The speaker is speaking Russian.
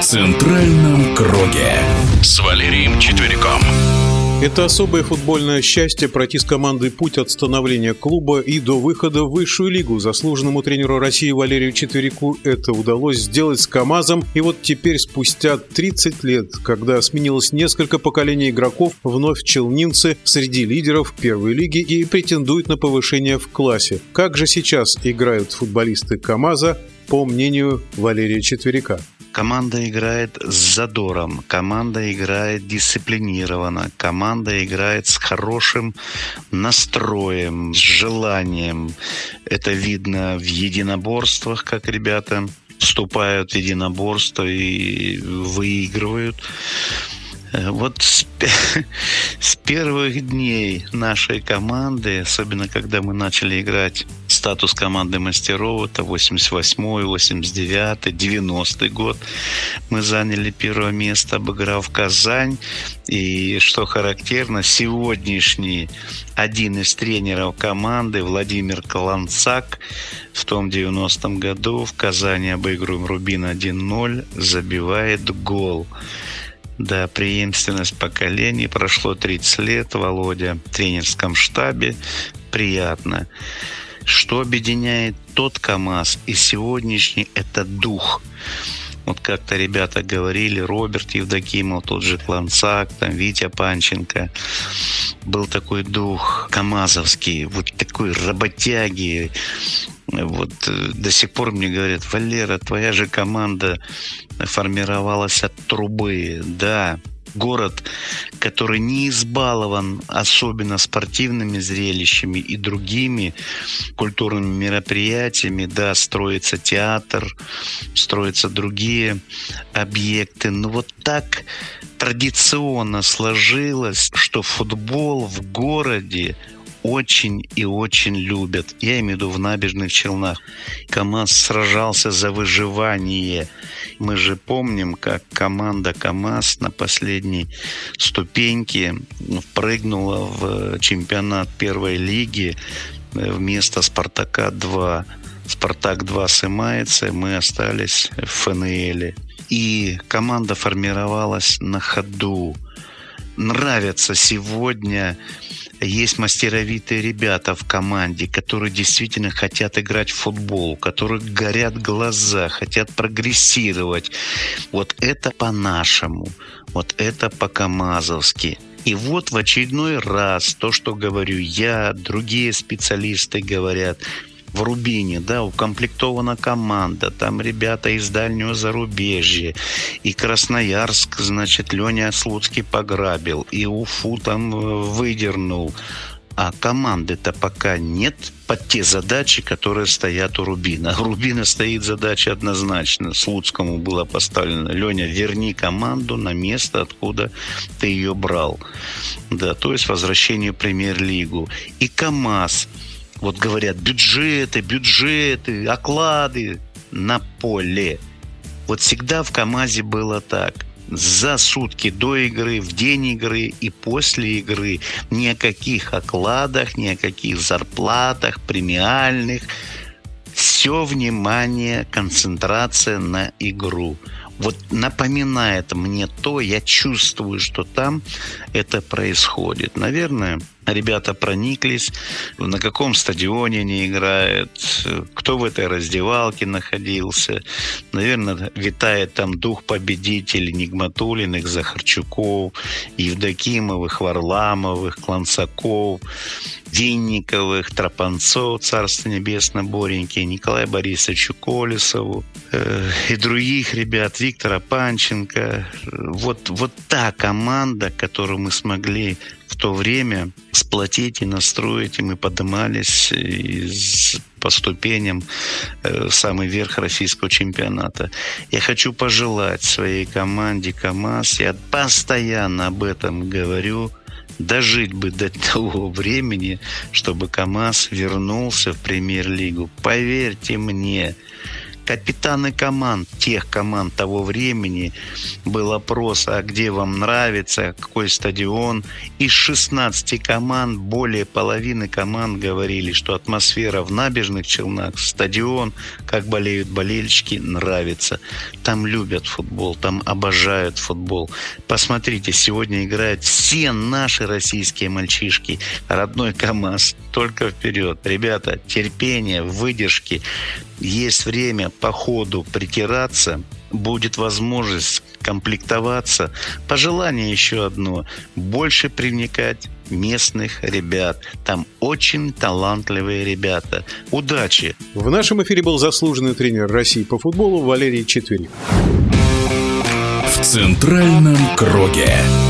центральном круге с Валерием Четвериком. Это особое футбольное счастье пройти с командой путь от становления клуба и до выхода в высшую лигу. Заслуженному тренеру России Валерию Четверику это удалось сделать с КамАЗом. И вот теперь, спустя 30 лет, когда сменилось несколько поколений игроков, вновь челнинцы среди лидеров первой лиги и претендуют на повышение в классе. Как же сейчас играют футболисты КамАЗа, по мнению Валерия Четверика? Команда играет с задором, команда играет дисциплинированно, команда играет с хорошим настроем, с желанием. Это видно в единоборствах, как ребята вступают в единоборство и выигрывают. Вот с первых дней нашей команды, особенно когда мы начали играть статус команды мастеров, это 88-й, 89-й, 90-й год, мы заняли первое место, обыграв Казань. И что характерно, сегодняшний один из тренеров команды, Владимир Колонцак, в том 90-м году в Казани, обыгрываем Рубин 1-0, забивает гол. Да, преемственность поколений. Прошло 30 лет. Володя в тренерском штабе. Приятно. Что объединяет тот КамАЗ и сегодняшний — это дух. Вот как-то ребята говорили, Роберт Евдокимов, тот же Кланцак, там Витя Панченко. Был такой дух камазовский, вот такой работяги. Вот до сих пор мне говорят: Валера, твоя же команда формировалась от трубы. Да, город, который не избалован особенно спортивными зрелищами и другими культурными мероприятиями. Да, строится театр, строятся другие объекты. Но вот так традиционно сложилось, что футбол в городе очень и очень любят. Я имею в виду в Набережных Челнах. КамАЗ сражался за выживание. Мы же помним, как команда КамАЗ на последней ступеньке впрыгнула в чемпионат первой лиги вместо «Спартака-2». «Спартак-2» сымается, мы остались в ФНЛе. И команда формировалась на ходу. Нравится сегодня. Есть мастеровитые ребята в команде, которые действительно хотят играть в футбол, у которых горят глаза, хотят прогрессировать. Вот это по-нашему, вот это по-камазовски. И вот в очередной раз то, что говорю я, другие специалисты говорят. В Рубине, да, укомплектована команда, там ребята из дальнего зарубежья, и Красноярск, значит, Леня Слуцкий пограбил, и Уфу там выдернул. А команды-то пока нет под те задачи, которые стоят у Рубина. У Рубина стоит задача однозначно. Слуцкому было поставлено: Леня, верни команду на место, откуда ты ее брал. Да, то есть возвращение в Премьер-лигу. И КамАЗ. Вот говорят, бюджеты, оклады на поле. Вот всегда в КамАЗе было так. За сутки до игры, в день игры и после игры ни о каких окладах, ни о каких зарплатах премиальных. Все внимание, концентрация на игру. Вот напоминает мне то, я чувствую, что там это происходит. Наверное, ребята прониклись, на каком стадионе они играют, кто в этой раздевалке находился. Наверное, витает там дух победителей Нигматуллиных, Захарчуков, Евдокимовых, Варламовых, Кланцаков, Винниковых, Тропанцов, Царство Небесное, Бореньки, Николаю Борисовичу Колесову и других ребят, Виктора Панченко. Вот та команда, которую мы смогли в то время сплотить и настроить, и мы поднимались по ступеням в самый верх российского чемпионата. Я хочу пожелать своей команде КамАЗ, я постоянно об этом говорю, дожить бы до того времени, чтобы КамАЗ вернулся в Премьер-лигу. Поверьте мне, Капитаны команд, тех команд того времени, был опрос, а где вам нравится, какой стадион. Из 16 команд более половины команд говорили, что атмосфера в Набережных Челнах, стадион, как болеют болельщики, нравится. Там любят футбол, там обожают футбол. Посмотрите, сегодня играют все наши российские мальчишки. Родной КамАЗ, только вперед. Ребята, терпение, выдержки. Есть время по ходу притираться, будет возможность комплектоваться. Пожелание еще одно: больше привлекать местных ребят. Там очень талантливые ребята. Удачи! В нашем эфире был заслуженный тренер России по футболу Валерий Четверик. В центральном круге.